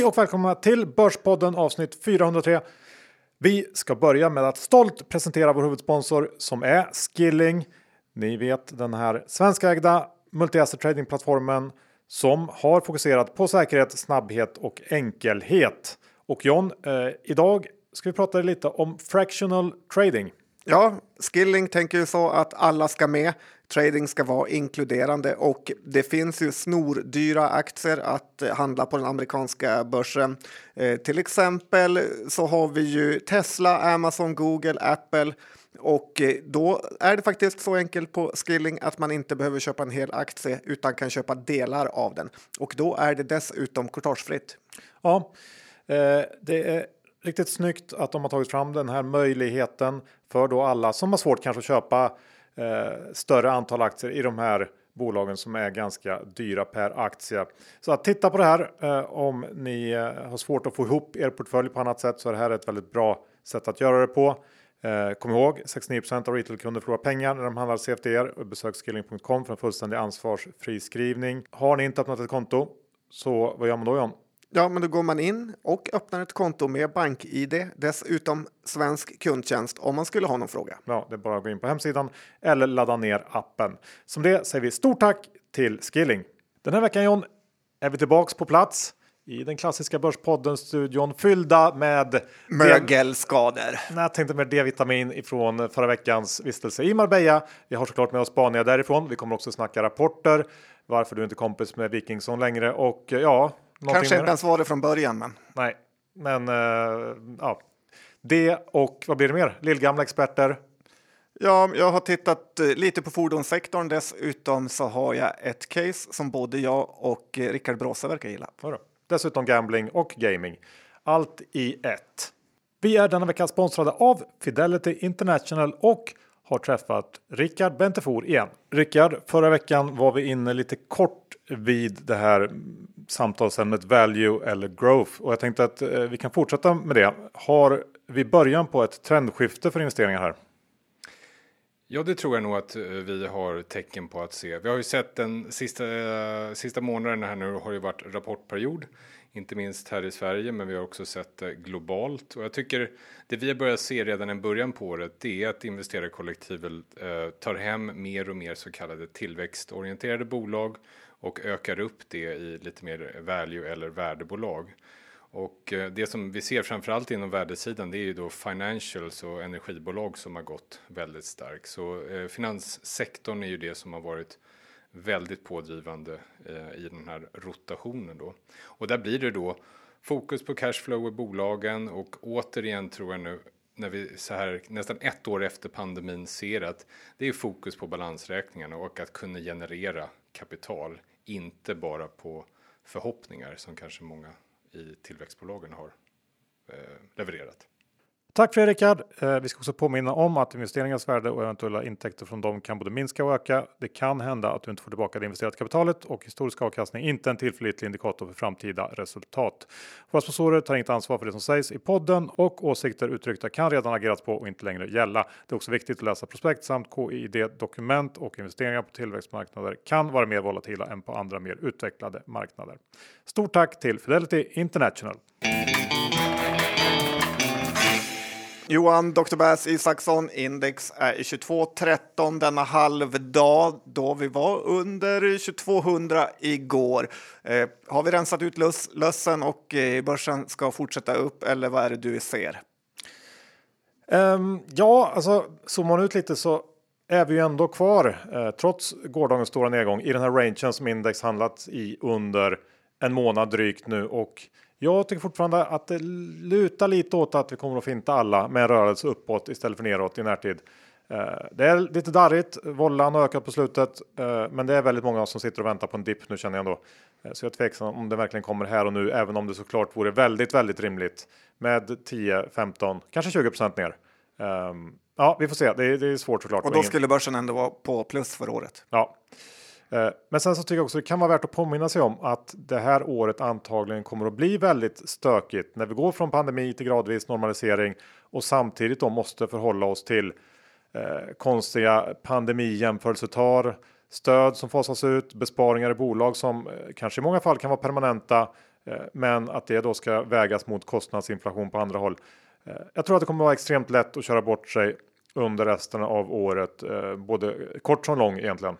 Hej och välkomna till Börspodden avsnitt 403. Vi ska börja med att stolt presentera vår huvudsponsor som är Skilling. Ni vet, den här svenskägda multi-asset tradingplattformen som har fokuserat på säkerhet, snabbhet och enkelhet. Och John, idag ska vi prata lite om fractional trading. Ja, Skilling tänker ju så att alla ska med. Trading ska vara inkluderande och det finns ju snordyra aktier att handla på den amerikanska börsen. Till exempel så har vi ju Tesla, Amazon, Google, Apple. Och då är det faktiskt så enkelt på Skilling att man inte behöver köpa en hel aktie utan kan köpa delar av den. Och då är det dessutom courtagefritt. Ja, det är riktigt snyggt att de har tagit fram den här möjligheten för då alla som har svårt kanske att köpa större antal aktier i de här bolagen som är ganska dyra per aktie. Så att titta på det här om ni har svårt att få ihop er portfölj på annat sätt, så är det här ett väldigt bra sätt att göra det på. Kom ihåg, 69% av retailkunder förlorar pengar när de handlar CFDR. Besök skilling.com för en fullständig ansvarsfri skrivning. Har ni inte öppnat ett konto, så vad gör man då, John? Ja, men då går man in och öppnar ett konto med BankID, dessutom svensk kundtjänst om man skulle ha någon fråga. Ja, det är bara att gå in på hemsidan eller ladda ner appen. Som det säger vi stort tack till Skilling. Den här veckan, John, är vi tillbaks på plats i den klassiska Börspodden-studion fyllda med mögelskador. Jag tänkte med D-vitamin ifrån förra veckans vistelse i Marbella. Vi har såklart med oss spaningar därifrån. Vi kommer också snacka rapporter. Varför du inte är kompis med Wikingsson längre. Och ja, kanske inte ens var det från början. Men... Nej, men ja. Det och vad blir det mer? Lillgamla experter. Ja, jag har tittat lite på fordonssektorn. Dessutom så har jag ett case som både jag och Rickard Bråse verkar gilla. Dessutom gambling och gaming. Allt i ett. Vi är denna vecka sponsrade av Fidelity International och har träffat Rickard Bentefor igen. Rickard, förra veckan var vi inne lite kort vid det här samtalsämnet value eller growth. Och jag tänkte att vi kan fortsätta med det. Har vi början på ett trendskifte för investeringar här? Ja, det tror jag nog att vi har tecken på att se. Vi har ju sett den sista månaden här nu har ju varit rapportperiod. Inte minst här i Sverige, men vi har också sett det globalt. Och jag tycker det vi har börjat se redan i början på året, det är att investerarkollektivet tar hem mer och mer så kallade tillväxtorienterade bolag och ökar upp det i lite mer value eller värdebolag. Och det som vi ser framförallt inom värdesidan, det är ju då financials och energibolag som har gått väldigt starkt. Så finanssektorn är ju det som har varit väldigt pådrivande i den här rotationen då. Och där blir det då fokus på cashflow i bolagen, och återigen tror jag nu när vi så här nästan ett år efter pandemin ser att det är fokus på balansräkningarna och att kunna generera kapital, inte bara på förhoppningar som kanske många i tillväxtbolagen har levererat. Tack för det, Rickard. Vi ska också påminna om att investeringars värde och eventuella intäkter från dem kan både minska och öka. Det kan hända att du inte får tillbaka det investerat kapitalet, och historisk avkastning är inte en tillförlitlig indikator för framtida resultat. Våra sponsorer tar inget ansvar för det som sägs i podden, och åsikter uttryckta kan redan agerats på och inte längre gälla. Det är också viktigt att läsa prospekt samt KID-dokument, och investeringar på tillväxtmarknader kan vara mer volatila än på andra mer utvecklade marknader. Stort tack till Fidelity International. Johan, Dr. Bass Isaksson, index är i 22.13 denna halvdag, då vi var under 2200 igår. Har vi rensat ut lössen och börsen ska fortsätta upp, eller vad är det du ser? Ja, alltså zoomar man ut lite så är vi ju ändå kvar trots gårdagens stora nedgång i den här rangen som index handlat i under en månad drygt nu, och jag tycker fortfarande att det lutar lite åt att vi kommer att finta alla med en rörelse uppåt istället för neråt i närtid. Det är lite darrigt, vollan har ökat på slutet, men det är väldigt många som sitter och väntar på en dipp nu, känner jag ändå. Så jag är tveksam om det verkligen kommer här och nu, även om det såklart vore väldigt, väldigt rimligt med 10, 15, kanske 20% ner. Ja, vi får se. Det är svårt såklart. Och då skulle börsen ändå vara på plus för året. Ja. Men sen så tycker jag också det kan vara värt att påminna sig om att det här året antagligen kommer att bli väldigt stökigt när vi går från pandemi till gradvis normalisering, och samtidigt då måste förhålla oss till konstiga pandemijämförelsetal, stöd som fasas ut, besparingar i bolag som kanske i många fall kan vara permanenta, Men att det då ska vägas mot kostnadsinflation på andra håll. Jag tror att det kommer vara extremt lätt att köra bort sig under resten av året. Både kort som lång egentligen.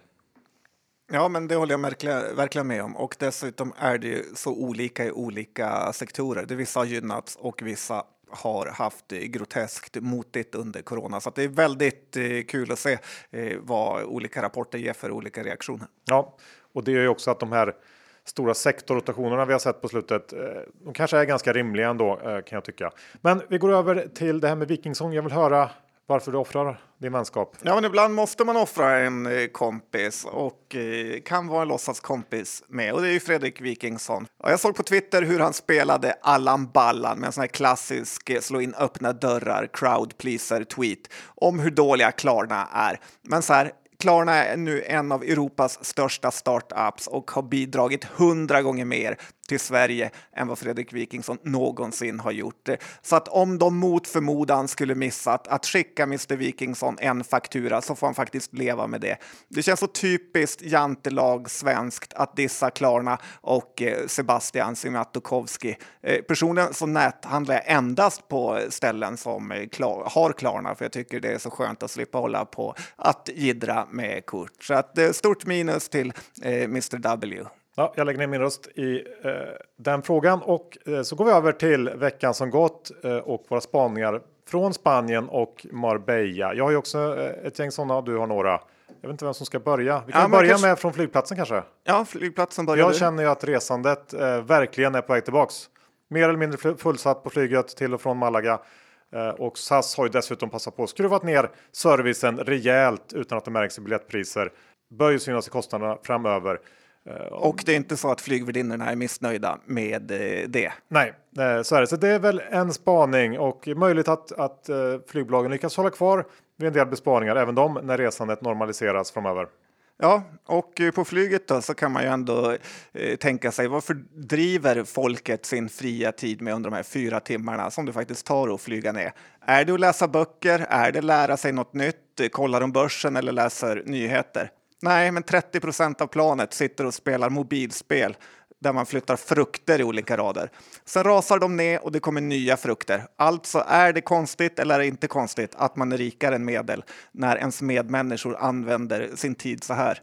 Ja, men det håller jag verkligen med om. Och dessutom är det ju så olika i olika sektorer. Det vissa har gynnats och vissa har haft groteskt motigt under corona. Så att det är väldigt kul att se vad olika rapporter ger för olika reaktioner. Ja, och det är ju också att de här stora sektorrotationerna vi har sett på slutet, de kanske är ganska rimliga ändå, kan jag tycka. Men vi går över till det här med Wikingsson. Jag vill höra varför du offrar din vänskap. Ja, men ibland måste man offra en kompis och kan vara en låtsaskompis med. Och det är ju Fredrik Wikingsson. Och jag såg på Twitter hur han spelade Allan Ballan med en sån här klassisk slå in öppna dörrar, crowd pleaser tweet om hur dåliga Klarna är. Men så här, Klarna är nu en av Europas största startups och har bidragit 100 gånger mer till Sverige än vad Fredrik Wikingsson någonsin har gjort. Så att om de mot förmodan skulle missat att skicka Mr. Wikingsson en faktura så får han faktiskt leva med det. Det känns så typiskt jantelag svenskt att dissa Klarna och Sebastian Siemiatkowski. Personligen så näthandlar jag endast på ställen som har Klarna, för jag tycker det är så skönt att slippa hålla på att jiddra med kort. Så att stort minus till Mr. W. Ja, jag lägger ner min röst i den frågan och så går vi över till veckan som gått och våra spaningar från Spanien och Marbella. Jag har ju också ett gäng sådana och du har några. Jag vet inte vem som ska börja. Vi kan börja med från flygplatsen kanske. Ja, flygplatsen börjar. Jag känner ju att resandet verkligen är på väg tillbaks. Mer eller mindre fullsatt på flyget till och från Malaga. Och SAS har ju dessutom passat på att skruvat ner servicen rejält utan att det märks i biljettpriser. Bör ju synas i kostnaderna framöver. Och det är inte så att flygvärdinnorna är missnöjda med det. Nej, så är det. Så det är väl en spaning och möjligt att flygbolagen lyckas hålla kvar vid en del besparingar, även de, när resandet normaliseras framöver. Ja, och på flyget då så kan man ju ändå tänka sig, varför driver folket sin fria tid med under de här 4 timmarna som det faktiskt tar att flyga ner? Är det att läsa böcker? Är det lära sig något nytt? Kollar de börsen eller läser nyheter? Nej, men 30% av planet sitter och spelar mobilspel där man flyttar frukter i olika rader. Sen rasar de ner och det kommer nya frukter. Alltså är det konstigt eller är det inte konstigt att man är rikare än medel när ens medmänniskor använder sin tid så här?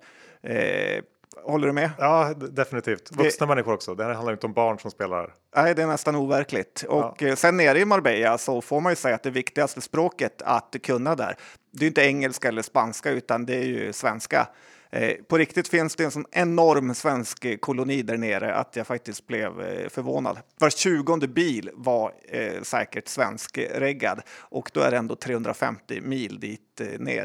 Håller du med? Ja, definitivt. Vuxna människor också. Det här handlar inte om barn som spelar. Nej, det är nästan overkligt. Och sen nere i Marbella så får man ju säga att det viktigaste språket att kunna där, det är ju inte engelska eller spanska utan det är ju svenska. På riktigt finns det en sån enorm svensk koloni där nere att jag faktiskt blev förvånad. Var 20:e bil var säkert svenskreggad och då är det ändå 350 mil dit ner.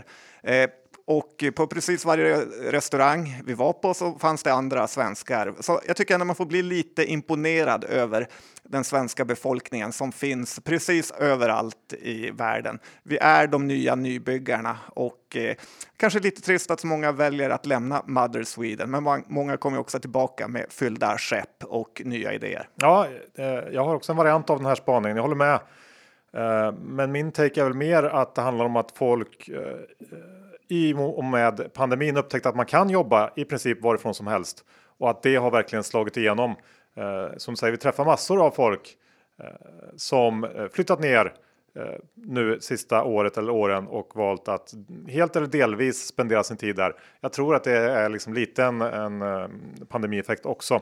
Och på precis varje restaurang vi var på så fanns det andra svenskar. Så jag tycker att man får bli lite imponerad över den svenska befolkningen som finns precis överallt i världen. Vi är de nya nybyggarna och kanske lite trist att så många väljer att lämna Mother Sweden. Men många kommer också tillbaka med fyllda skepp och nya idéer. Ja, jag har också en variant av den här spaningen. Jag håller med. Men min take är väl mer att det handlar om att folk i och med pandemin upptäckt att man kan jobba i princip varifrån som helst. Och att det har verkligen slagit igenom. Som säger, vi träffar massor av folk som flyttat ner nu sista året eller åren och valt att helt eller delvis spendera sin tid där. Jag tror att det är liksom lite en pandemieffekt också.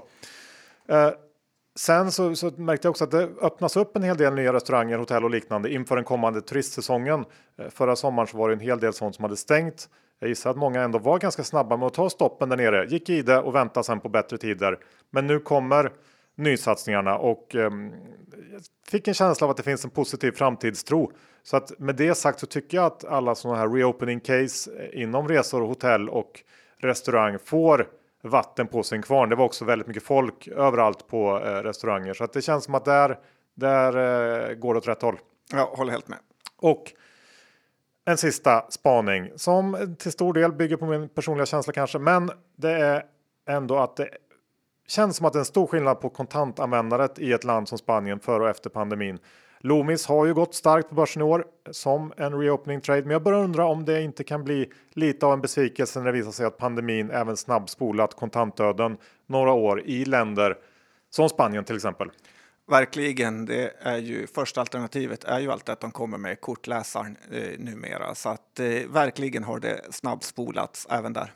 Sen så märkte jag också att det öppnas upp en hel del nya restauranger, hotell och liknande inför den kommande turistsäsongen. Förra sommaren så var det en hel del sånt som hade stängt. Jag gissar att många ändå var ganska snabba med att ta stoppen där nere. Gick i det och väntade sen på bättre tider. Men nu kommer nysatsningarna och jag fick en känsla av att det finns en positiv framtidstro. Så att med det sagt så tycker jag att alla sådana här reopening case inom resor, hotell och restaurang får vatten på sin kvarn. Det var också väldigt mycket folk överallt på restauranger. Så att det känns som att där går det åt rätt håll. Ja, håller helt med. Och en sista spaning som till stor del bygger på min personliga känsla kanske. Men det är ändå att det känns som att det är en stor skillnad på kontantanvändandet i ett land som Spanien före och efter pandemin. Loomis har ju gått starkt på börsen i år som en reopening trade. Men jag börjar undra om det inte kan bli lite av en besvikelse när det visar sig att pandemin även snabbspolat kontantdöden några år i länder Som Spanien till exempel. Verkligen, det är ju första alternativet är ju alltid att de kommer med kortläsaren numera. Så att verkligen har det snabbspolats även där.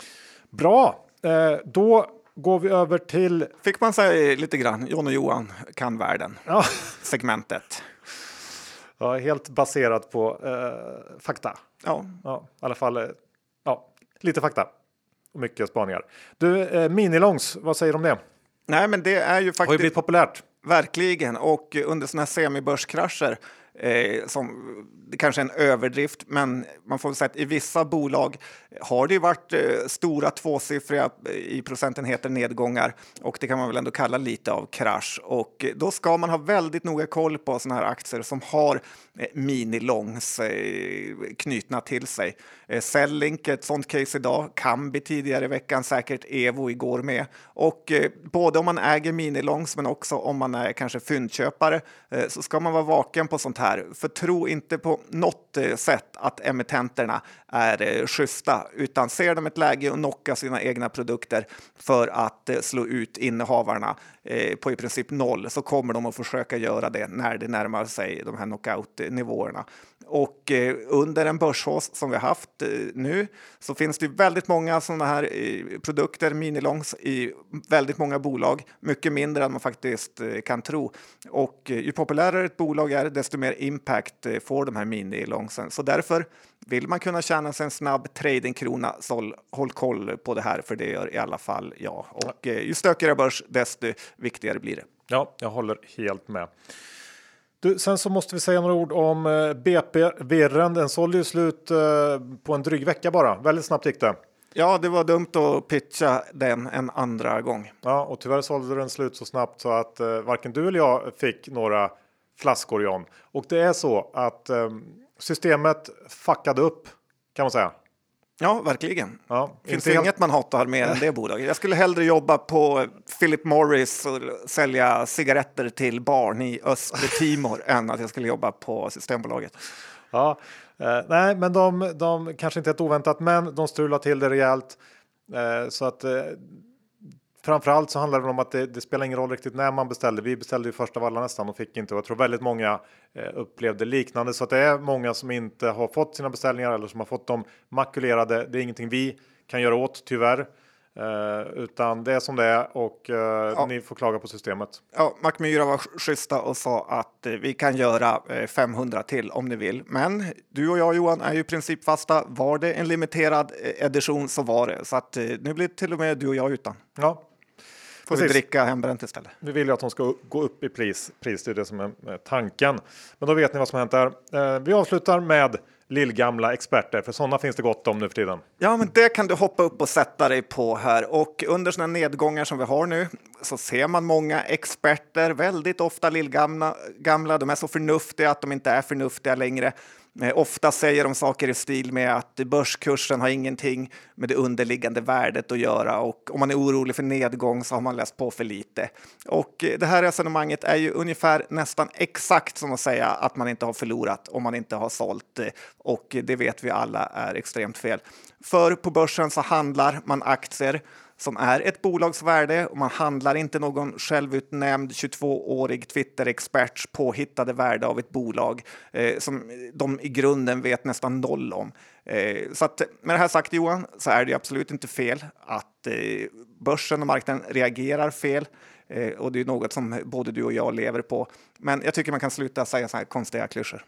Bra, då går vi över till... Fick man säga lite grann, John och Johan kan världen, segmentet. Ja, helt baserat på fakta. Ja, I alla fall lite fakta och mycket spaningar. Du, minilångs, vad säger du om det? nej men det är ju faktiskt... Har ju blivit populärt. Verkligen, och under sådana här semibörskrascher som det kanske är en överdrift, men man får väl säga att i vissa bolag har det ju varit stora tvåsiffriga i procentenheter nedgångar, och det kan man väl ändå kalla lite av krasch, och då ska man ha väldigt noga koll på sådana här aktier som har minilångs knutna till sig. Cellink, ett sånt case idag, Kambi tidigare i veckan, säkert Evo igår med, och både om man äger minilångs men också om man är kanske fyndköpare så ska man vara vaken på sånt här, för tro inte på något sätt att emittenterna är schyssta, utan ser de ett läge och knocka sina egna produkter för att slå ut innehavarna på i princip noll, så kommer de att försöka göra det när det närmar sig de här knockout-nivåerna. Och under en börshausse som vi har haft nu så finns det väldigt många sådana här produkter, minilångs, i väldigt många bolag. Mycket mindre än man faktiskt kan tro. Och ju populärare ett bolag är, desto mer impact får de här minilångsen. Så därför vill man kunna tjäna sig en snabb tradingkrona, så håll koll på det här, för det gör i alla fall jag. Och ju stökigare börs, desto viktigare blir det. Ja, jag håller helt med. Du, sen så måste vi säga några ord om BP-virren. Den sålde ju slut på en dryg vecka bara. Väldigt snabbt gick det. Ja, det var dumt att pitcha den en andra gång. Ja, och tyvärr sålde den slut så snabbt så att varken du eller jag fick några flaskor, John. Och det är så att systemet fuckade upp, kan man säga. Ja, verkligen. Ja, finns det inget man hatar mer än det bolaget. Jag skulle hellre jobba på Philip Morris och sälja cigaretter till barn i Östra Timor än att jag skulle jobba på Systembolaget. Ja, nej, men de kanske inte är ett oväntat, men de strular till det rejält. Så att framförallt så handlar det om att det spelar ingen roll riktigt när man beställde. Vi beställde ju först av alla nästan och fick inte. Och jag tror väldigt många upplevde liknande. Så att det är många som inte har fått sina beställningar eller som har fått dem makulerade. Det är ingenting vi kan göra åt, tyvärr. Utan det är som det är, och ni får klaga på systemet. Ja, Macmyra var schyssta och sa att vi kan göra 500 till om ni vill. Men du och jag, Johan, är ju principfasta. Var det en limiterad edition så var det. Så att nu blir till och med du och jag utan. Ja. Får vi dricka hembränt istället. Vi vill ju att de ska gå upp i pris. Det är det som är tanken. Men då vet ni vad som har hänt där. Vi avslutar med lillgamla experter, för sådana finns det gott om nu för tiden. Ja, men det kan du hoppa upp och sätta dig på här. Och under sådana nedgångar som vi har nu så ser man många experter, väldigt ofta lillgamla. De är så förnuftiga att de inte är förnuftiga längre. Ofta säger de saker i stil med att börskursen har ingenting med det underliggande värdet att göra, och om man är orolig för nedgång så har man läst på för lite. Och det här resonemanget är ju ungefär nästan exakt som att säga att man inte har förlorat om man inte har sålt, och det vet vi alla är extremt fel. För på börsen så handlar man aktier som är ett bolags värde, och man handlar inte någon självutnämnd 22-årig Twitter-experts påhittade värde av ett bolag som de i grunden vet nästan noll om. Så att, med det här sagt, Johan, så är det absolut inte fel att börsen och marknaden reagerar fel. Och det är något som både du och jag lever på. Men jag tycker man kan sluta säga så här konstiga klyschor.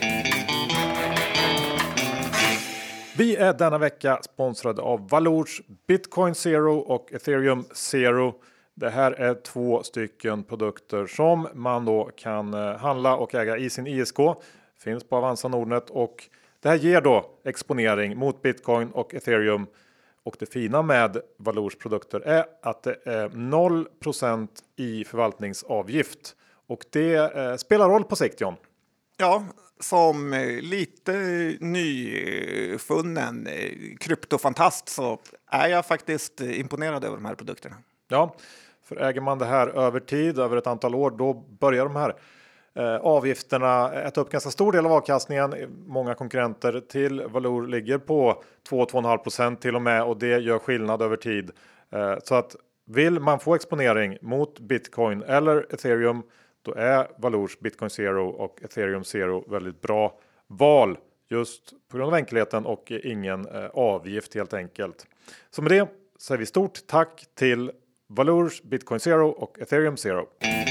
Vi är denna vecka sponsrade av Valours Bitcoin Zero och Ethereum Zero. Det här är 2 stycken produkter som man då kan handla och äga i sin ISK. Finns på Avanza Nordnet, och det här ger då exponering mot Bitcoin och Ethereum. Och det fina med Valours produkter är att det är 0% i förvaltningsavgift. Och det spelar roll på sikt, John. Ja, som lite nyfunnen kryptofantast så är jag faktiskt imponerad över de här produkterna. Ja, för äger man det här över tid, över ett antal år, då börjar de här avgifterna äta upp ganska stor del av avkastningen. Många konkurrenter till Valour ligger på 2-2,5% till och med, och det gör skillnad över tid. Så att Vill man få exponering mot Bitcoin eller Ethereum, då är Valours Bitcoin Zero och Ethereum Zero väldigt bra val. Just på grund av enkelheten och ingen avgift helt enkelt. Så med det säger vi stort tack till Valours Bitcoin Zero och Ethereum Zero.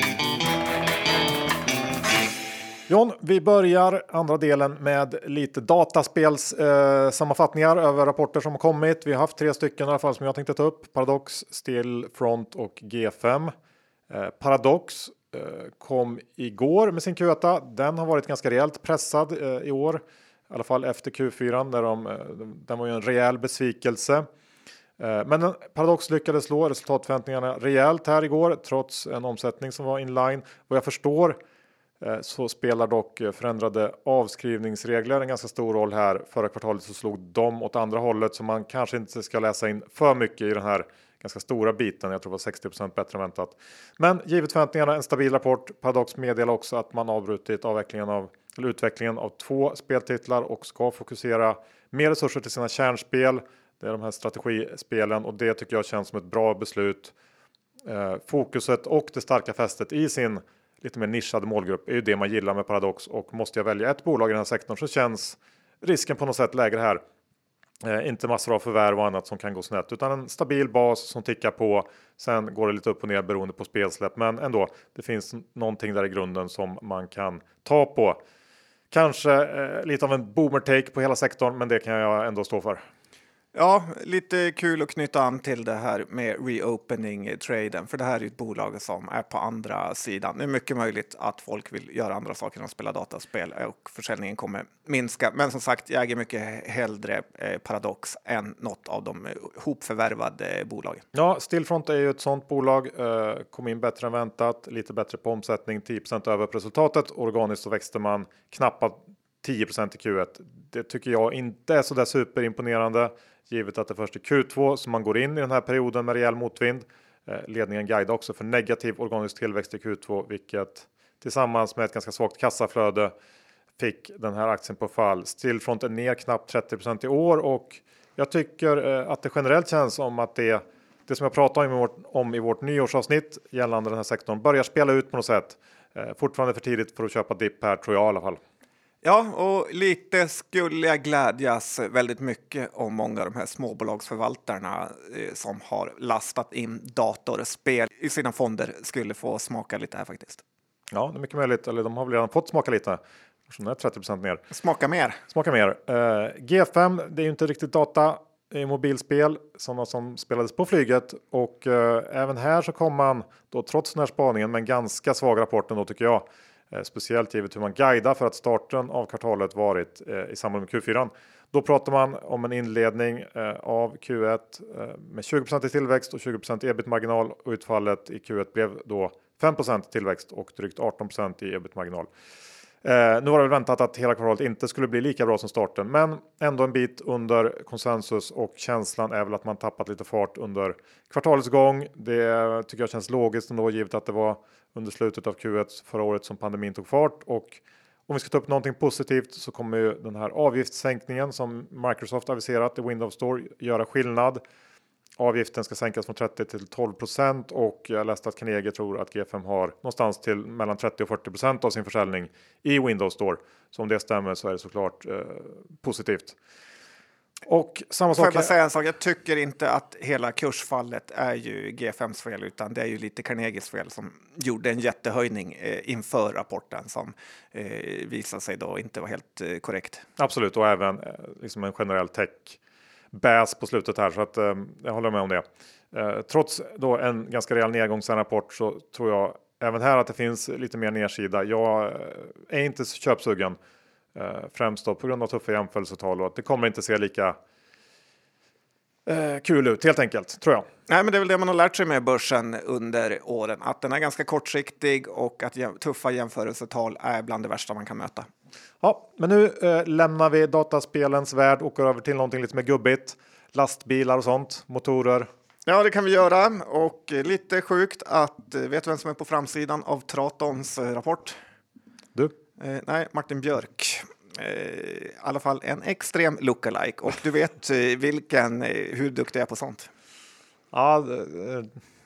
John, vi börjar andra delen med lite dataspels sammanfattningar över rapporter som har kommit. Vi har haft 3 stycken i alla fall som jag tänkte ta upp. Paradox, Stillfront och G5. Paradox kom igår med sin Q1. Den har varit ganska rejält pressad i år. I alla fall efter Q4 där den var ju en rejäl besvikelse. Men Paradox lyckades slå resultatförväntningarna rejält här igår trots en omsättning som var inline. Vad jag förstår så spelar dock förändrade avskrivningsregler en ganska stor roll här. Förra kvartalet så slog de åt andra hållet så man kanske inte ska läsa in för mycket i den här ganska stora biten. Jag tror det var 60% bättre än väntat. Men givet förväntningarna en stabil rapport. Paradox meddelar också att man avbrutit utvecklingen av 2 speltitlar och ska fokusera mer resurser till sina kärnspel. Det är de här strategispelen och det tycker jag känns som ett bra beslut. Fokuset och det starka fästet i sin lite mer nischade målgrupp är ju det man gillar med Paradox, och måste jag välja ett bolag i den här sektorn så känns risken på något sätt lägre här. Inte massor av förvärv och annat som kan gå snett, utan en stabil bas som tickar på. Sen går det lite upp och ner beroende på spelsläpp, men ändå det finns någonting där i grunden som man kan ta på. Kanske lite av en boomer take på hela sektorn, men det kan jag ändå stå för. Ja, lite kul att knyta an till det här med reopening-traden. För det här är ett bolag som är på andra sidan. Det är mycket möjligt att folk vill göra andra saker än att spela dataspel och försäljningen kommer minska. Men som sagt, jag äger mycket hellre Paradox än något av de hopförvärvade bolagen. Ja, Stillfront är ju ett sånt bolag. Kom in bättre än väntat. Lite bättre på omsättning, 10% över på resultatet. Organiskt så växte man knappt 10% i Q1. Det tycker jag inte är så där superimponerande. Givet att det först är Q2 som man går in i den här perioden med rejäl motvind. Ledningen guidar också för negativ organisk tillväxt i Q2, vilket tillsammans med ett ganska svagt kassaflöde fick den här aktien på fall. Stillfront är ner knappt 30% i år, och jag tycker att det generellt känns som att det som jag pratade om i vårt nyårsavsnitt gällande den här sektorn börjar spela ut på något sätt. Fortfarande för tidigt för att köpa dipp här, tror jag i alla fall. Ja, och lite skulle jag glädjas väldigt mycket om många av de här småbolagsförvaltarna som har lastat in datorspel i sina fonder skulle få smaka lite här faktiskt. Ja, det är mycket möjligt. Eller de har väl redan fått smaka lite. Som är 30% ner. Smaka mer. G5, det är ju inte riktigt data i mobilspel. Sådana som spelades på flyget. Och även här så kom man då trots den här spaningen med en ganska svag rapport då tycker jag. Speciellt givet hur man guidar för att starten av kvartalet varit i samband med Q4. Då pratar man om en inledning av Q1 med 20% i tillväxt och 20% i ebit-marginal. Och utfallet i Q1 blev då 5% tillväxt och drygt 18% i ebit-marginal. Nu var det väl väntat att hela kvartalet inte skulle bli lika bra som starten, men ändå en bit under konsensus, och känslan är väl att man tappat lite fart under kvartalets gång. Det tycker jag känns logiskt ändå, givet att det var under slutet av Q1 förra året som pandemin tog fart. Och om vi ska ta upp någonting positivt så kommer ju den här avgiftssänkningen som Microsoft aviserat i Windows Store göra skillnad. Avgiften ska sänkas från 30 till 12%, och jag läste att Carnegie tror att G5 har någonstans till mellan 30 och 40% av sin försäljning i Windows Store. Så om det stämmer så är det såklart positivt. Och samma sak. Får jag bara säga en sak? Jag tycker inte att hela kursfallet är ju G5s fel, utan det är ju lite Carnegies fel som gjorde en jättehöjning inför rapporten som visade sig då inte vara helt korrekt. Absolut, och även liksom en generell tech bäs på slutet här, så att jag håller med om det. Trots då en ganska rejäl nedgång sen rapport så tror jag även här att det finns lite mer nedsida. Jag är inte köpsugen, främst då på grund av tuffa jämförelsetal, och att det kommer inte se lika kul ut helt enkelt, tror jag. Nej, men det är väl det man har lärt sig med börsen under åren, att den är ganska kortsiktig och att tuffa jämförelsetal är bland det värsta man kan möta. Ja, men nu lämnar vi dataspelens värld och går över till någonting lite mer gubbigt. Lastbilar och sånt, motorer. Ja, det kan vi göra, och lite sjukt att, vet du vem som är på framsidan av Tratons rapport? Du? Nej, Martin Björk. I alla fall en extrem lookalike, och du vet hur duktig jag är på sånt. Ja,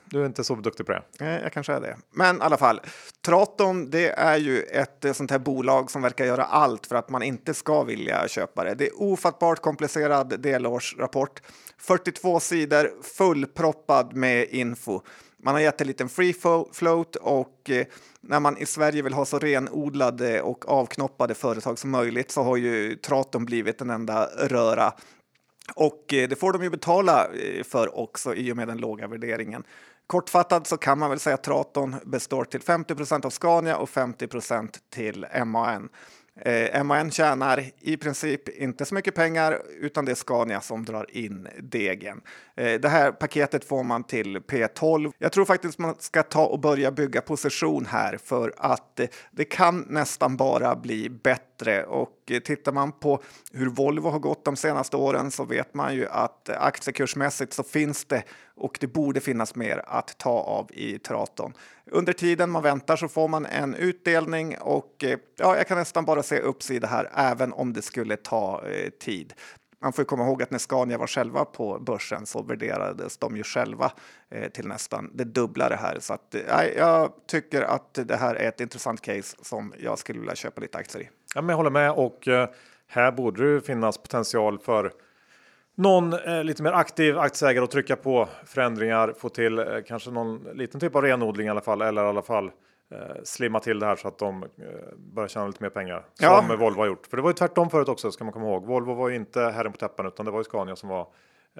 du är inte så duktig på det. Jag kanske är det. Men i alla fall, Traton, det är ju ett sånt här bolag som verkar göra allt för att man inte ska vilja köpa det. Det är ofattbart komplicerad delårsrapport. 42 sidor fullproppad med info. Man har gett en liten free float och när man i Sverige vill ha så renodlade och avknoppade företag som möjligt så har ju Traton blivit en enda röra. Och det får de ju betala för också i och med den låga värderingen. Kortfattat så kan man väl säga att Traton består till 50% av Scania och 50% till MAN. MAN tjänar i princip inte så mycket pengar utan det är Scania som drar in degen. Det här paketet får man till P12. Jag tror faktiskt man ska ta och börja bygga position här för att det kan nästan bara bli bättre. Och tittar man på hur Volvo har gått de senaste åren så vet man ju att aktiekursmässigt så finns det och det borde finnas mer att ta av i Traton. Under tiden man väntar så får man en utdelning och ja, jag kan nästan bara se uppsida här även om det skulle ta tid. Man får komma ihåg att när Scania var själva på börsen så värderades de ju själva till nästan det dubbla det här. Så att, jag tycker att det här är ett intressant case som jag skulle vilja köpa lite aktier i. Ja, men jag håller med och här borde det finnas potential för någon lite mer aktiv aktieägare att trycka på förändringar, få till kanske någon liten typ av renodling i alla fall, eller i alla fall slimma till det här så att de börjar tjäna lite mer pengar som Volvo har gjort. För det var ju tvärtom förut också, ska man komma ihåg. Volvo var ju inte herren på täppan utan det var ju Scania som var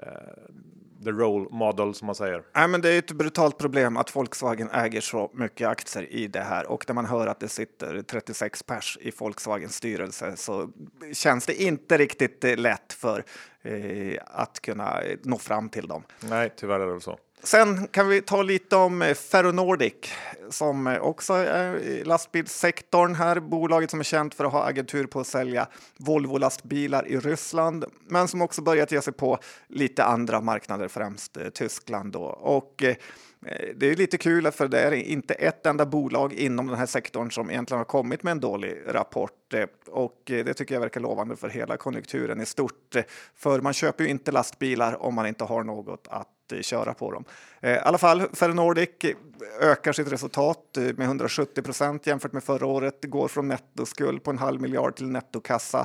the role model som man säger. Nej, men det är ett brutalt problem att Volkswagen äger så mycket aktier i det här och när man hör att det sitter 36 pers i Volkswagens styrelse så känns det inte riktigt lätt för att kunna nå fram till dem. Nej, tyvärr är det väl så. Sen kan vi ta lite om Ferronordic som också är i lastbilssektorn här. Bolaget som är känt för att ha agentur på att sälja Volvo-lastbilar i Ryssland. Men som också börjat ge sig på lite andra marknader, främst Tyskland då. Och det är lite kul för det är inte ett enda bolag inom den här sektorn som egentligen har kommit med en dålig rapport. Och det tycker jag verkar lovande för hela konjunkturen i stort. För man köper ju inte lastbilar om man inte har något att köra på dem. I alla fall, Ferronordic ökar sitt resultat med 170% jämfört med förra året. Det går från nettoskuld på 500 miljoner till nettokassa.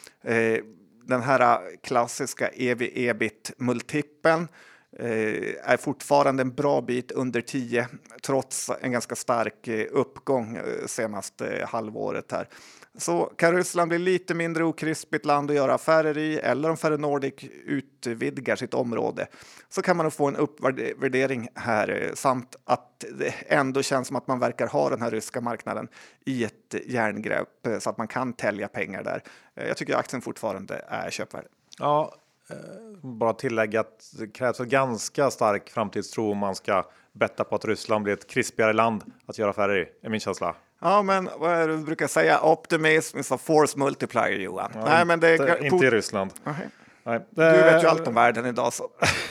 Den här klassiska EV-EBIT-multipeln är fortfarande en bra bit under 10 trots en ganska stark uppgång senaste halvåret här. Så kan Ryssland bli lite mindre okrispigt land att göra affärer i eller om Ferronordic utvidgar sitt område så kan man få en uppvärdering här samt att det ändå känns som att man verkar ha den här ryska marknaden i ett järngrepp så att man kan tälja pengar där. Jag tycker aktien fortfarande är köpvärd. Ja, bara tillägga att det krävs en ganska stark framtidstro om man ska betta på att Ryssland blir ett krispigare land att göra affärer i, är min känsla. Ja, men vad är det du brukar säga? Optimism is a force multiplier, Johan. Ja, nej, men det inte i Ryssland. Okay. Nej. Du vet ju allt om världen idag så.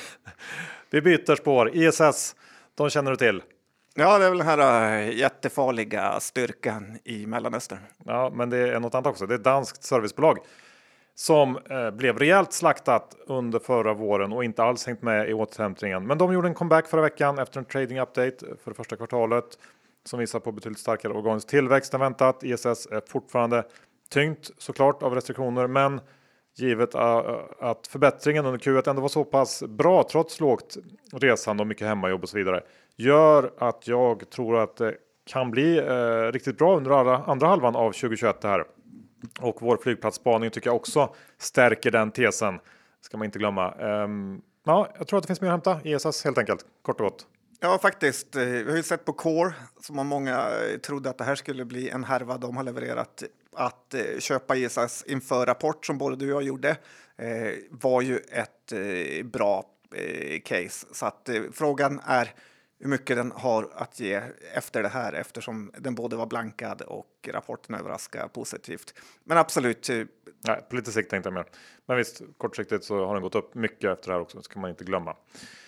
Vi byter spår. ISS, de känner du till. Ja, det är väl den här jättefarliga styrkan i Mellanöstern. Ja, men det är något annat också. Det är ett danskt servicebolag som blev rejält slaktat under förra våren och inte alls hängt med i återhämtningen. Men de gjorde en comeback förra veckan efter en trading update för det första kvartalet som visar på betydligt starkare organisk tillväxt än väntat. ISS är fortfarande tyngt såklart av restriktioner, men givet att förbättringen under Q1 ändå var så pass bra trots lågt resande och mycket hemmajobb och så vidare, gör att jag tror att det kan bli riktigt bra under andra halvan av 2021 det här. Och vår flygplatsspaning tycker jag också stärker den tesen. Ska man inte glömma. Ja, jag tror att det finns mer att hämta i ISS helt enkelt. Kort och gott. Ja, faktiskt. Vi har ju sett på Core som många trodde att det här skulle bli en härva. De har levererat att köpa ISS inför rapport som både du och jag gjorde. Var ju ett bra case. Så att frågan är hur mycket den har att ge efter det här eftersom den både var blankad och rapporten överraskar positivt. Men absolut. Nej, på lite sikt tänkte jag mer. Men visst, kortsiktigt så har den gått upp mycket efter det här också. Det ska man inte glömma.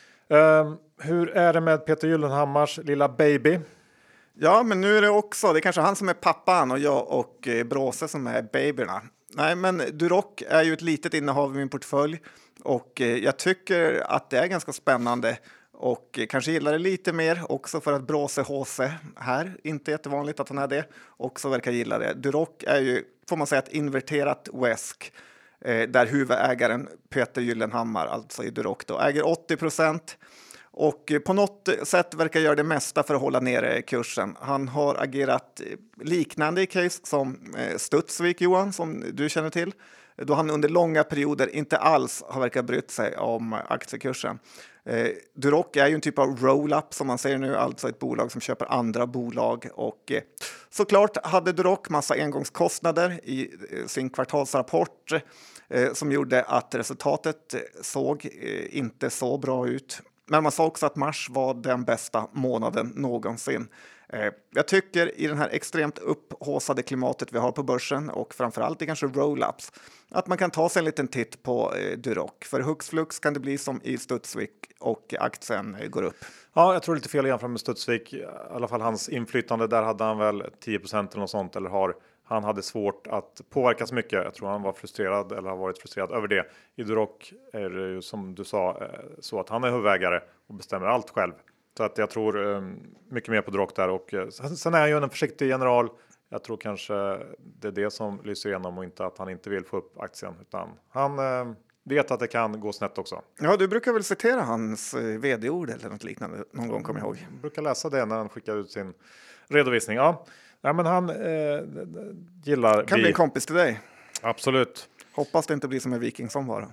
Hur är det med Peter Gyllenhammars lilla baby? Ja, men nu är det också. Det är kanske han som är pappan och jag och Bråse som är babyerna. Nej, men Duroc är ju ett litet innehav i min portfölj och jag tycker att det är ganska spännande. och kanske gillar det lite mer också för att Brose HC här, inte jättevanligt att han är det, också verkar gilla det. Duroc är ju, får man säga, ett inverterat WESK där huvudägaren Peter Gyllenhammar, alltså i Duroc då, äger 80%. Och på något sätt verkar göra det mesta för att hålla nere kursen. Han har agerat liknande i case som Studsvik, Johan, som du känner till. Då han under långa perioder inte alls har verkat brytt sig om aktiekursen. Duroc är ju en typ av roll-up som man säger nu, alltså ett bolag som köper andra bolag. Och såklart hade Duroc massa engångskostnader i sin kvartalsrapport som gjorde att resultatet såg inte så bra ut. Men man sa också att mars var den bästa månaden någonsin. Jag tycker i det här extremt upphaussade klimatet vi har på börsen och framförallt i kanske roll-ups att man kan ta sig en liten titt på Duroc. För hux flux kan det bli som i Studsvik och aktien går upp. Ja, jag tror lite fel att jämföra med Studsvik. I alla fall hans inflytande, där hade han väl 10% eller något sånt. Eller han hade svårt att påverka så mycket. Jag tror han var frustrerad eller har varit frustrerad över det. I Duroc är det ju som du sa så att han är huvudägare och bestämmer allt själv. Så att jag tror mycket mer på Duroc där. Och sen är han ju en försiktig general. Jag tror kanske det är det som lyser igenom och inte att han inte vill få upp aktien. Utan han vet att det kan gå snett också. Ja, du brukar väl citera hans vd-ord eller något liknande någon gång, kommer jag ihåg. Jag brukar läsa det när han skickar ut sin redovisning. Ja, men han gillar... Kan bli en kompis till dig. Absolut. Hoppas det inte blir som en viking som var.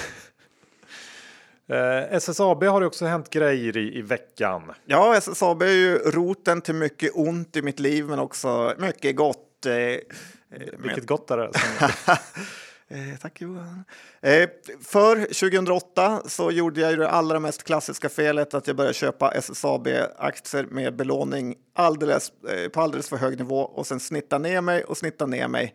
SSAB har ju också hänt grejer i veckan. Ja, SSAB är ju roten till mycket ont i mitt liv, men också mycket gott. Vilket gott är det? Tack Johan. För 2008 så gjorde jag ju det allra mest klassiska felet att jag började köpa SSAB-aktier med belåning på alldeles för hög nivå och sen snitta ner mig.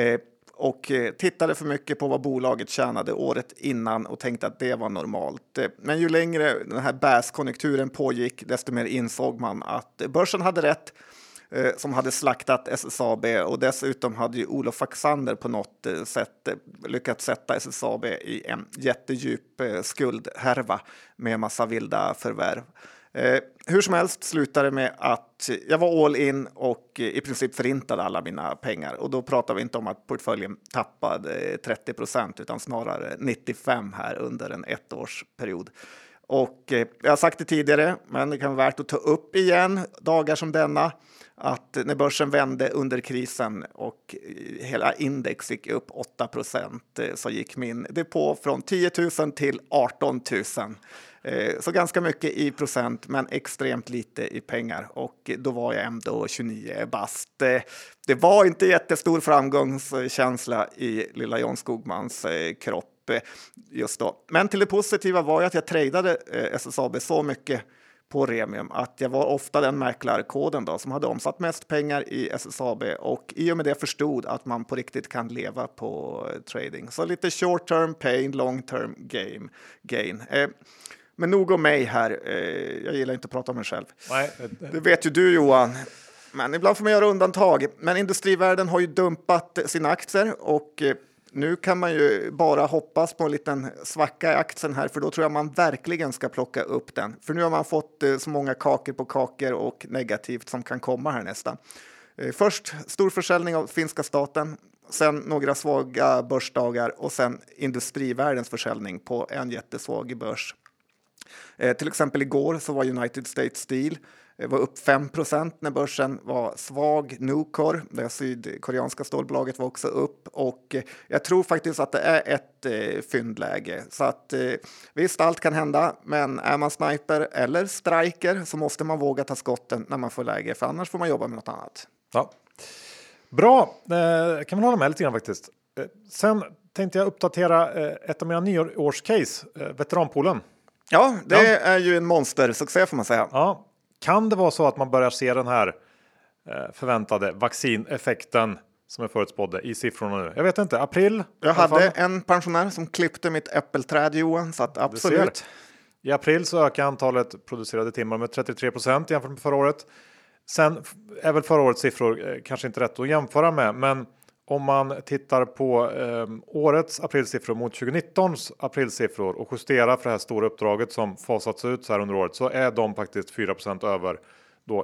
Och tittade för mycket på vad bolaget tjänade året innan och tänkte att det var normalt. Men ju längre den här bärskonjunkturen pågick, desto mer insåg man att börsen hade rätt som hade slaktat SSAB, och dessutom hade ju Olof Axander på något sätt lyckats sätta SSAB i en jättedjup skuldhärva med massa vilda förvärv. Hur som helst slutade med att jag var all in och i princip förintade alla mina pengar. Och då pratar vi inte om att portföljen tappade 30% utan snarare 95% här under en ettårsperiod. Och jag har sagt det tidigare, men det kan vara värt att ta upp igen dagar som denna. Att när börsen vände under krisen och hela index gick upp 8% så gick min depå från 10 000 till 18 000. Så ganska mycket i procent, men extremt lite i pengar. Och då var jag ändå 29 bast. Det var inte jättestor framgångskänsla i lilla John Skogmans kropp just då. Men till det positiva var ju att jag tradade SSAB så mycket på Remium att jag var ofta den mäklarkoden då som hade omsatt mest pengar i SSAB, och i och med det förstod att man på riktigt kan leva på trading. Så lite short term pain, long term gain. Men nog om mig här. Jag gillar inte att prata om mig själv. Nej. Det vet ju du Johan. Men ibland får man göra undantag. Men industrivärlden har ju dumpat sina aktier och nu kan man ju bara hoppas på en liten svacka i aktien här, för då tror jag man verkligen ska plocka upp den. För nu har man fått så många kakor på kakor och negativt som kan komma här nästan. Först stor försäljning av finska staten, sen några svaga börsdagar och sen industrivärldens försäljning på en jättesvag börs. Till exempel igår så var United States Steel var upp 5% när börsen var svag. Nucor, det sydkoreanska stålbolaget, var också upp, och jag tror faktiskt att det är ett fyndläge. Så att visst, allt kan hända, men är man sniper eller striker så måste man våga ta skotten när man får läge, för annars får man jobba med något annat. Ja. Bra, kan man hålla med lite grann faktiskt. Sen tänkte jag uppdatera ett av mina nyårscase, veteranpoolen. Ja, det är ju en monstersuccé får man säga. Ja. Kan det vara så att man börjar se den här förväntade vaccineffekten som är förutspådde i siffrorna nu? Jag vet inte, april? Jag hade en pensionär som klippte mitt äppelträd, Johan, så att absolut. I april så ökar antalet producerade timmar med 33% jämfört med förra året. Sen är väl förra årets siffror kanske inte rätt att jämföra med, men om man tittar på årets aprilsiffror mot 2019s aprilsiffror och justerar för det här stora uppdraget som fasats ut så här under året, så är de faktiskt 4% över då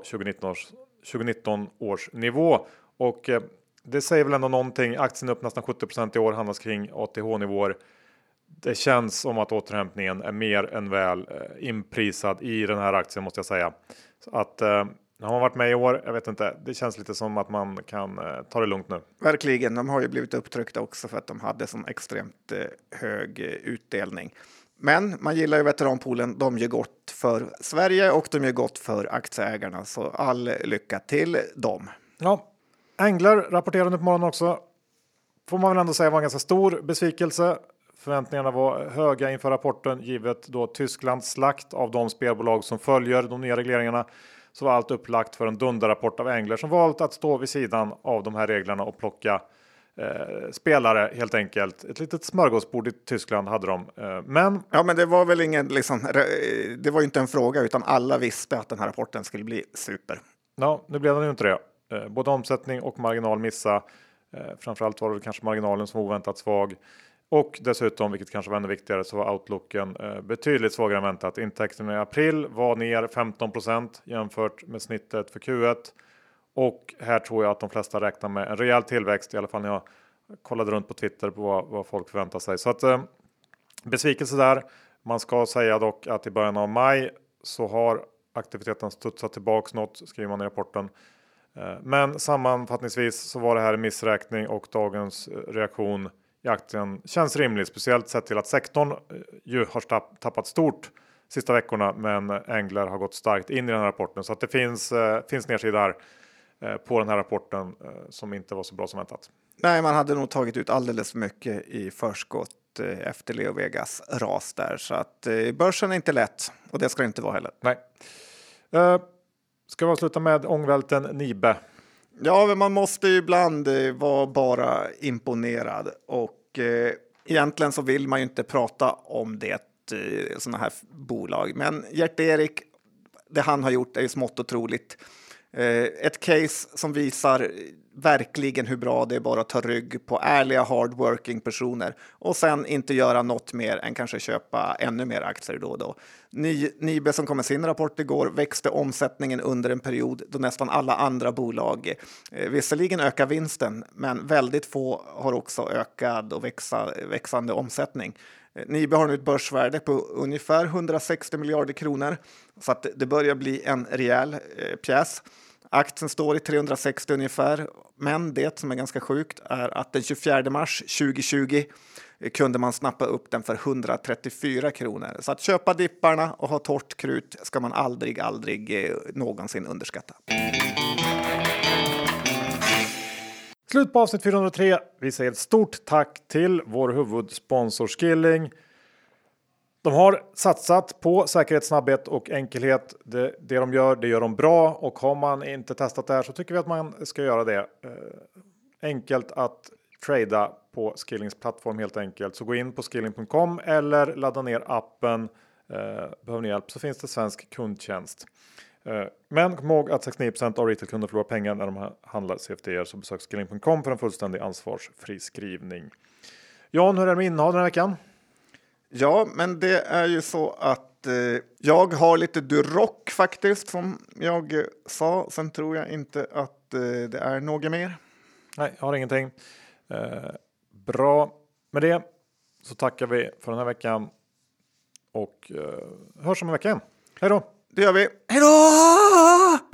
2019 års nivå. Och det säger väl ändå någonting. Aktien upp nästan 70% i år, handlas kring ATH-nivåer. Det känns som att återhämtningen är mer än väl inprisad i den här aktien, måste jag säga. Så att har man varit med i år, jag vet inte, det känns lite som att man kan ta det lugnt nu. Verkligen, de har ju blivit upptryckta också för att de hade sån extremt hög utdelning. Men man gillar ju veteranpoolen, de gör gott för Sverige och de gör gott för aktieägarna, så all lycka till dem. Ja, Engler rapporterade på morgonen också. Får man väl ändå säga var en ganska stor besvikelse. Förväntningarna var höga inför rapporten, givet då Tysklands slakt av de spelbolag som följer de nya regleringarna. Så var allt upplagt för en dunderrapport av Engler som valt att stå vid sidan av de här reglerna och plocka spelare helt enkelt. Ett litet smörgåsbord i Tyskland hade de. Men det var väl ingen, det var ju inte en fråga, utan alla visste att den här rapporten skulle bli super. Ja, nu blev den ju inte det. Både omsättning och marginal missa. Framförallt var det kanske marginalen som var oväntat svag. Och dessutom, vilket kanske var ännu viktigare, så var outlooken betydligt svagare än väntat. Intäkterna i april var ner 15% jämfört med snittet för Q1. Och här tror jag att de flesta räknar med en rejäl tillväxt, i alla fall när jag kollade runt på Twitter på vad folk förväntar sig. Så att besvikelse där. Man ska säga dock att i början av maj så har aktiviteten studsat tillbaks något, skriver man i rapporten. Men sammanfattningsvis så var det här en missräkning och dagens reaktion i aktien känns rimlig, speciellt sett till att sektorn ju har tappat stort sista veckorna, men Engler har gått starkt in i den här rapporten, så att det finns nedsidor på den här rapporten som inte var så bra som väntat. Nej, man hade nog tagit ut alldeles för mycket i förskott efter Leo Vegas ras där, så att börsen är inte lätt, och det ska det inte vara heller. Nej. Ska vi sluta med ångvälten Nibe? Ja, men man måste ju ibland vara bara imponerad, och egentligen så vill man ju inte prata om det, sådana här bolag. Men Gert-Erik, det han har gjort är ju smått otroligt. Ett case som visar verkligen hur bra det är bara att ta rygg på ärliga hardworking personer och sen inte göra något mer än kanske köpa ännu mer aktier då och då. Nibe som kom med sin rapport igår växte omsättningen under en period då nästan alla andra bolag visserligen ökar vinsten, men väldigt få har också ökad och växande omsättning. Nibe har nu ett börsvärde på ungefär 160 miljarder kronor, så att det börjar bli en rejäl pjäs. Aktien står i 360 ungefär, men det som är ganska sjukt är att den 24 mars 2020 kunde man snappa upp den för 134 kronor. Så att köpa dipparna och ha torrt krut ska man aldrig någonsin underskatta. Slut på avsnitt 403. Vi säger ett stort tack till vår huvudsponsor Skilling. De har satsat på säkerhet, snabbhet och enkelhet. Det de gör, det gör de bra. Och har man inte testat det här så tycker vi att man ska göra det. Enkelt att trada på Skillings plattform helt enkelt. Så gå in på skilling.com eller ladda ner appen. Behöver ni hjälp så finns det svensk kundtjänst. Men kom ihåg att 69% av retailkunder förlorar pengar när de handlar CFDR, så besök skilling.com för en fullständig ansvarsfri skrivning. Jan, hur är det med innehåll den här veckan? Ja, men det är ju så att jag har lite Duroc faktiskt, som jag sa. Sen tror jag inte att det är något mer. Nej, jag har ingenting. Bra. Med det så tackar vi för den här veckan och hörs om en vecka igen. Hej då! Det gör vi. Hej då!